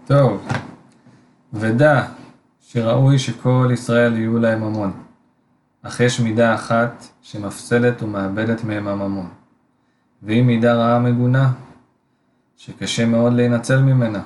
טוב, ודע שראוי שכל ישראל יהיו להם ממון, אך יש מידה אחת שמפסדת ומאבדת מהם הממון, והיא מידה רעה מגונה, שקשה מאוד להינצל ממנה.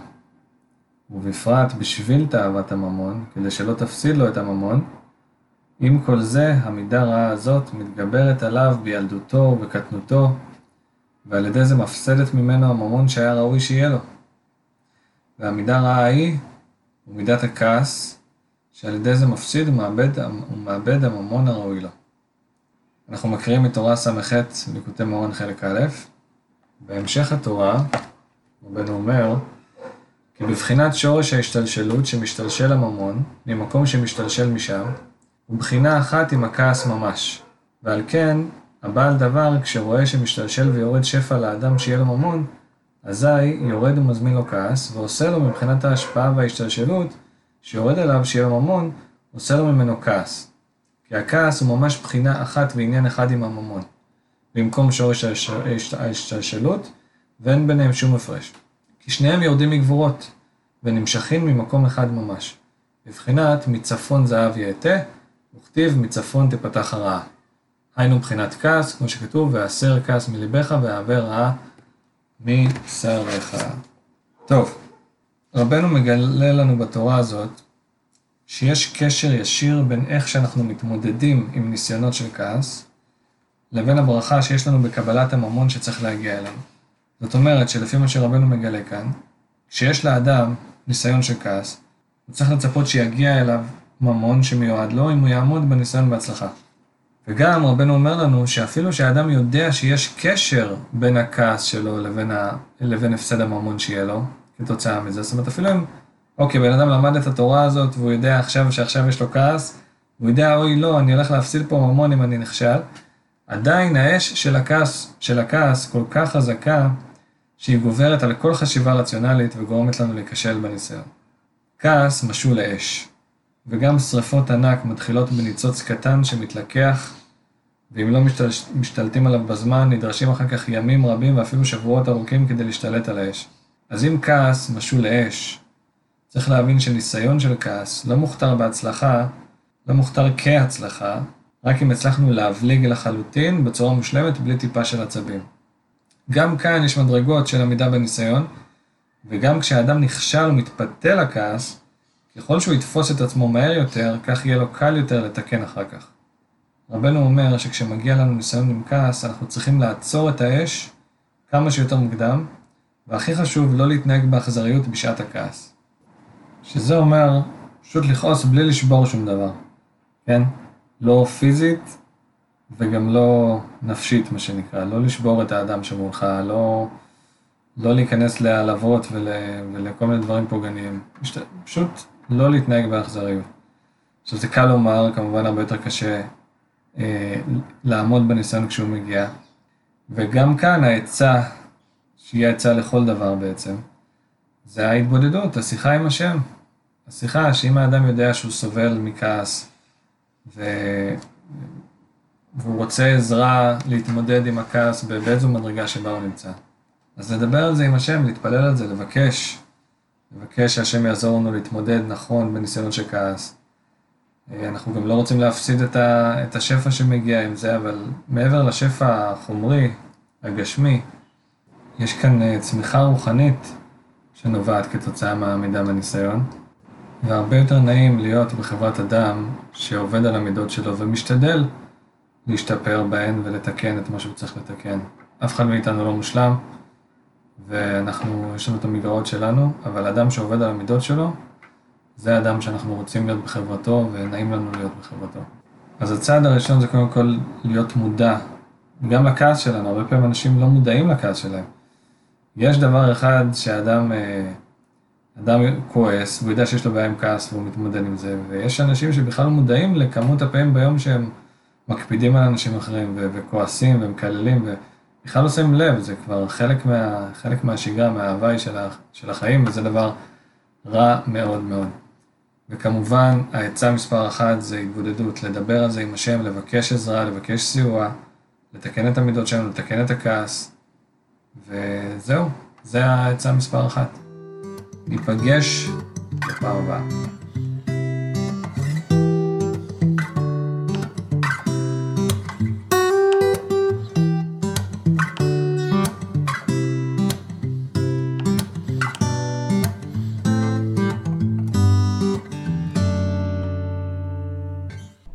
ובפרט בשביל תאוות הממון, כדי שלא תפסיד לו את הממון, עם כל זה, המידה רעה הזאת מתגברת עליו בילדותו ובקטנותו, ועל ידי זה מפסדת ממנו הממון שהיה ראוי שיהיה לו. והמידה רעה היא מידת הכעס, שעל ידי זה מפסיד ומאבד הממון הראוי לו. אנחנו מקריאים מתורה ס"ח ליקוטי מוהר"ן חלק א'. בהמשך התורה, רבנו אומר, כי בבחינת שורש ההשתלשלות שמשתלשל הממון, ממקום שמשתלשל משם, ובחינה אחת עם הכעס ממש. ועל כן, הבעל דבר כשרואה שמשתלשל ויורד שפע לאדם שיהיה לו ממון, אזי יורד ומזמין לו כעס, ועושה לו מבחינת ההשפעה וההשתלשלות, שיורד אליו שיהיה לו ממון, עושה לו ממנו כעס. כי הכעס הוא ממש בחינה אחת ועניין אחד עם הממון, במקום שורש ההשתלשלות, ואין ביניהם שום הפרש. כי שניהם יורדים מגבורות, ונמשכים ממקום אחד ממש. בבחינת מצפון זהב יעטה, וכתיב מצפון תפתח הרעה. היינו בחינת כעס, כמו שכתוב, והסר כעס מליבך והעבר רעה משעריך. טוב, רבנו מגלה לנו בתורה הזאת, שיש קשר ישיר בין איך שאנחנו מתמודדים עם ניסיונות של כעס, לבין הברכה שיש לנו בקבלת הממון שצריך להגיע אלינו. זאת אומרת שלפי מה שרבנו מגלה כאן, כשיש לאדם ניסיון של כעס, הוא צריך לצפות שיגיע אליו ממון שמיועד לו אם הוא יעמוד בניסיון בהצלחה. וגם רבנו אומר לנו שאפילו שהאדם יודע שיש קשר בין הכעס שלו לבין הפסד הממון שיהיה לו, כתוצאה מזה. זאת אומרת, אפילו אם, בן אדם למד את התורה הזאת והוא יודע שעכשיו יש לו כעס, הוא יודע, לא, אני הולך להפסיד פה ממון אם אני נכשל, עדיין האש של הכעס כל כך חזקה, שהיא גוברת על כל חשיבה רציונלית וגורמת לנו להיכשל בניסיון. כעס משול לאש, וגם שריפות ענק מתחילות בניצוץ קטן שמתלקח, ואם לא משתלטים עליו בזמן, נדרשים אחר כך ימים רבים ואפילו שבועות ארוכים כדי להשתלט על האש. אז אם כעס משול לאש, צריך להבין שניסיון של כעס לא מוכתר בהצלחה, לא מוכתר כהצלחה, רק אם הצלחנו להבליג לחלוטין בצורה מושלמת בלי טיפה של עצבים. גם כאן יש מדרגות של עמידה בניסיון, וגם כשהאדם נכשל ומתפתה לכעס, ככל שהוא יתפוס את עצמו מהר יותר, כך יהיה לו קל יותר לתקן אחר כך. רבנו אומר שכשמגיע לנו ניסיון עם כעס, אנחנו צריכים לעצור את האש כמה שיותר מוקדם, והכי חשוב לא להתנהג באכזריות בשעת הכעס. שזה אומר פשוט לכעוס בלי לשבור שום דבר, כן? לא פיזית וגם לא נפשית, מה שנקרא. לא לשבור את האדם שמולך, לא להיכנס להעלבות ולכל מיני דברים פוגעניים. פשוט לא להתנהג באכזריות. עכשיו זה קל לומר, כמובן הרבה יותר קשה לעמוד בניסיון כשהוא מגיע. וגם כאן העצה, שהיא העצה לכל דבר בעצם, זה ההתבודדות, השיחה עם השם. השיחה שאם האדם יודע שהוא סובל מכעס, והוא רוצה עזרה להתמודד עם הכעס באיזו מדרגה שבה הוא נמצא. אז לדבר על זה עם השם, להתפלל על זה, לבקש שהשם יעזור לנו להתמודד נכון בניסיון של כעס. אנחנו גם לא רוצים להפסיד את השפע שמגיע עם זה, אבל מעבר לשפע החומרי, הגשמי, יש כאן צמיחה רוחנית שנובעת כתוצאה מהעמידה בניסיון, והרבה יותר נעים להיות בחברת אדם שעובד על המידות שלו ומשתדל להשתפר בהן ולתקן את מה שהוא צריך לתקן. אף אחד מאיתנו לא מושלם, יש לנו את המגרעות שלנו, אבל אדם שעובד על המידות שלו, זה האדם שאנחנו רוצים להיות בחברתו ונעים לנו להיות בחברתו. אז הצעד הראשון זה קודם כל להיות מודע, גם לכעס שלנו. הרבה פעמים אנשים לא מודעים לכעס שלהם. יש דבר אחד שהאדם כועס, והוא יודע שיש לו בעיה עם כעס והוא מתמודד עם זה, ויש אנשים שבכלל לא מודעים לכמות הפעמים ביום שהם מקפידים על אנשים אחרים וכועסים ומקללים ובכלל לא שמים לב, זה כבר חלק מהשגרה, מההוואי של החיים, וזה דבר רע מאוד מאוד. וכמובן העצה מספר 1 זה התבודדות, לדבר על זה עם השם, לבקש עזרה, לבקש סיוע, לתקן את המידות שלנו, לתקן את הכעס, וזהו, זה העצה מספר 1. ניפגש בפעם הבאה.